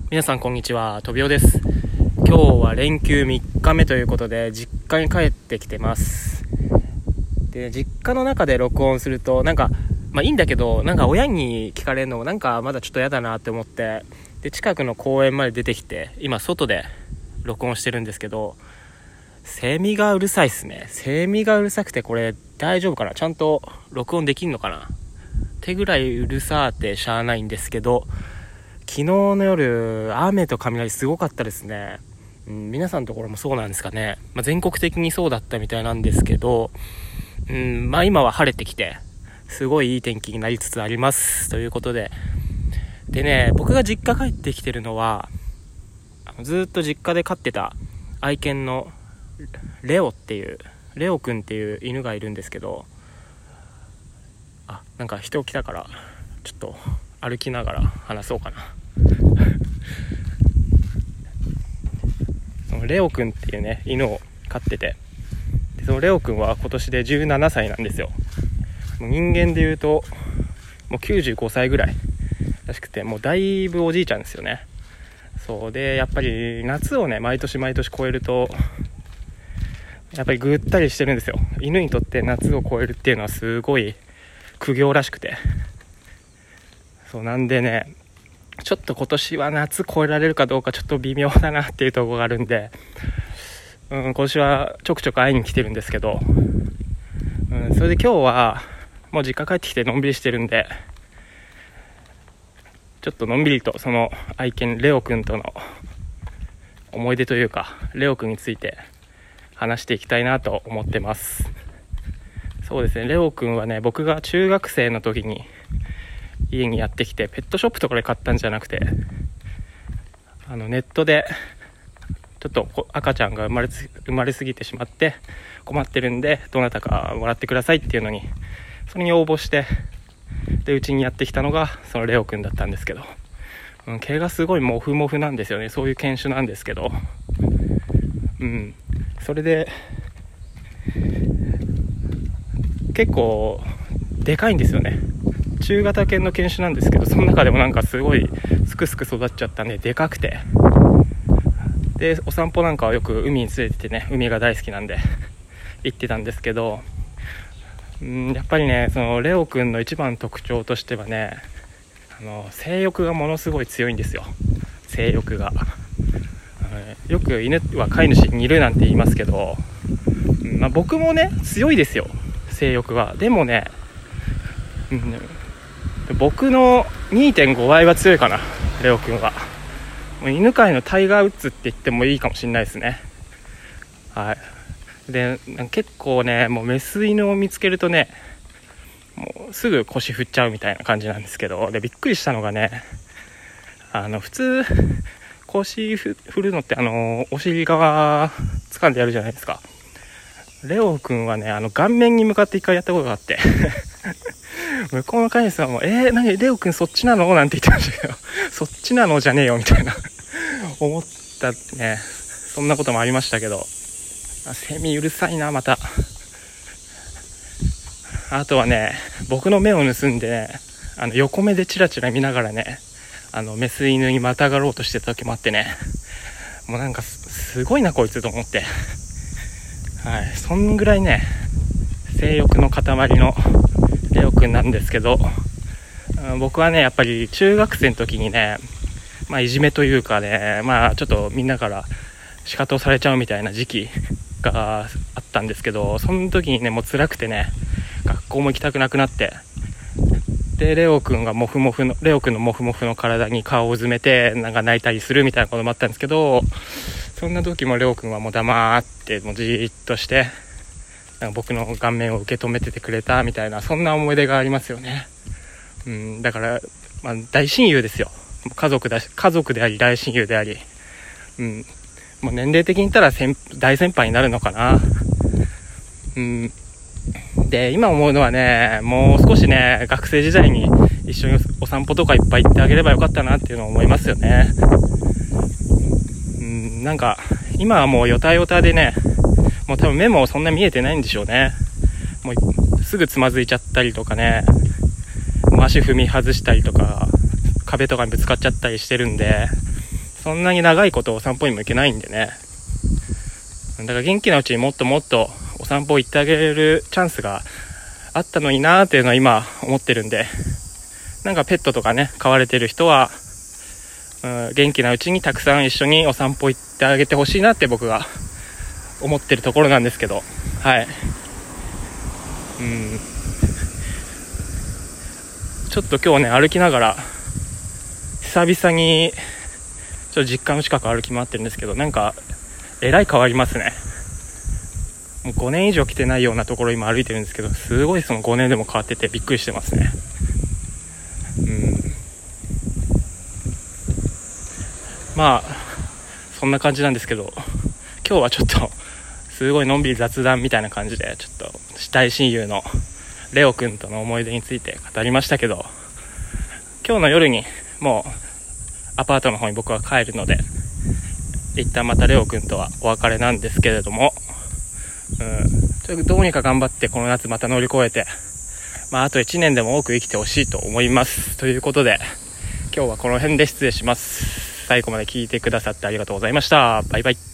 皆さんこんにちは、とびおです。今日は連休3日目ということで実家に帰ってきてます。で、実家の中で録音するといいんだけど、親に聞かれるのまだちょっと嫌だなって思って、で近くの公園まで出てきて今外で録音してるんですけど、セミがうるさいっすね。セミがうるさくて、これ大丈夫かな、ちゃんと録音できんのかなってぐらいうるさってしゃあないんですけど、昨日の夜雨と雷すごかったですね。皆さんのところもそうなんですかね。全国的にそうだったみたいなんですけど、今は晴れてきてすごいいい天気になりつつありますということで、ね、僕が実家帰ってきてるのはずっと実家で飼ってた愛犬のレオくんっていう犬がいるんですけど、人来たからちょっと歩きながら話そうかな。そのレオくんっていうね犬を飼ってて、でそのレオくんは今年で17歳なんですよ。もう人間でいうともう95歳ぐらいらしくて、もうだいぶおじいちゃんですよね。そうで、やっぱり夏をね毎年超えるとやっぱりぐったりしてるんですよ。犬にとって夏を越えるっていうのはすごい苦行らしくて、そうなんでね、ちょっと今年は夏越えられるかどうかちょっと微妙だなっていうところがあるんで、今年はちょくちょく会いに来てるんですけど、それで今日はもう実家帰ってきてのんびりしてるんで、ちょっとのんびりとその愛犬レオくんとの思い出というか、レオくんについて話していきたいなと思ってます。そうですね、レオくんはね、僕が中学生の時に家にやってきて、ペットショップとかで買ったんじゃなくて、ネットでちょっと赤ちゃんが生まれすぎてしまって困ってるんで、どなたかもらってくださいっていうのに、それに応募して、でうちにやってきたのがそのレオくんだったんですけど、毛がすごいモフモフなんですよね。そういう犬種なんですけど、それで結構でかいんですよね。中型犬の犬種なんですけど、その中でもすごいすくすく育っちゃったんででかくて、でお散歩はよく海に連れててね、海が大好きなんで行ってたんですけど、やっぱりね、そのレオくんの一番の特徴としてはね、性欲がものすごい強いんですよ。性欲が、よく犬は飼い主にいるなんて言いますけど、僕もね強いですよ、性欲は。でもね、僕の 2.5 倍は強いかな、レオくんは。もう犬飼いのタイガーウッズって言ってもいいかもしれないですね。はい。で結構ね、もうメス犬を見つけるとね、もうすぐ腰振っちゃうみたいな感じなんですけど、でびっくりしたのがね、普通腰振るのってお尻側掴んでやるじゃないですか。レオくんはね、顔面に向かって一回やったことがあって向こうの飼い主さんも何レオくんそっちなのなんて言ってましたけどそっちなのじゃねえよみたいな思ったね、そんなこともありましたけど、セミうるさいな。またあとはね、僕の目を盗んでね、横目でチラチラ見ながらね、メス犬にまたがろうとしてた時もあってね、もうすごいなこいつと思って、はい、そんぐらいね性欲の塊のレオくんなんですけど、僕はねやっぱり中学生の時にね、いじめというかね、ちょっとみんなから仕方をされちゃうみたいな時期があったんですけど、その時にねもう辛くてね、学校も行きたくなくなって、でレオくんのモフモフの体に顔をうずめて泣いたりするみたいなこともあったんですけど、そんな時もレオくんはもう黙ってもうじーっとして僕の顔面を受け止めててくれたみたいな、そんな思い出がありますよね。だから、大親友ですよ。家族であり大親友であり、もう年齢的に言ったら大先輩になるのかな。で今思うのはね、もう少しね学生時代に一緒にお散歩とかいっぱい行ってあげればよかったなっていうのを思いますよね。今はもうヨタヨタでね、もう多分目もそんな見えてないんでしょうね。もうすぐつまずいちゃったりとかね、もう足踏み外したりとか壁とかにぶつかっちゃったりしてるんで、 そんなに長いことお散歩にも行けないんでね。だから元気なうちにもっともっとお散歩行ってあげるチャンスがあったのになーっていうのは今思ってるんで、なんかペットとかね飼われてる人は、元気なうちにたくさん一緒にお散歩行ってあげてほしいなって僕が思ってるところなんですけど、はい。ちょっと今日ね歩きながら久々にちょっと実家の近く歩き回ってるんですけど、なんかえらい変わりますね。もう5年以上来てないようなところ今歩いてるんですけど、すごいその5年でも変わっててびっくりしてますね。まあそんな感じなんですけど、今日はちょっとすごいのんびり雑談みたいな感じで、ちょっと大親友のレオくんとの思い出について語りましたけど、今日の夜にもうアパートの方に僕は帰るので、一旦またレオくんとはお別れなんですけれども、ちょっとどうにか頑張ってこの夏また乗り越えて、あと1年でも多く生きてほしいと思います。ということで今日はこの辺で失礼します。最後まで聞いてくださってありがとうございました。バイバイ。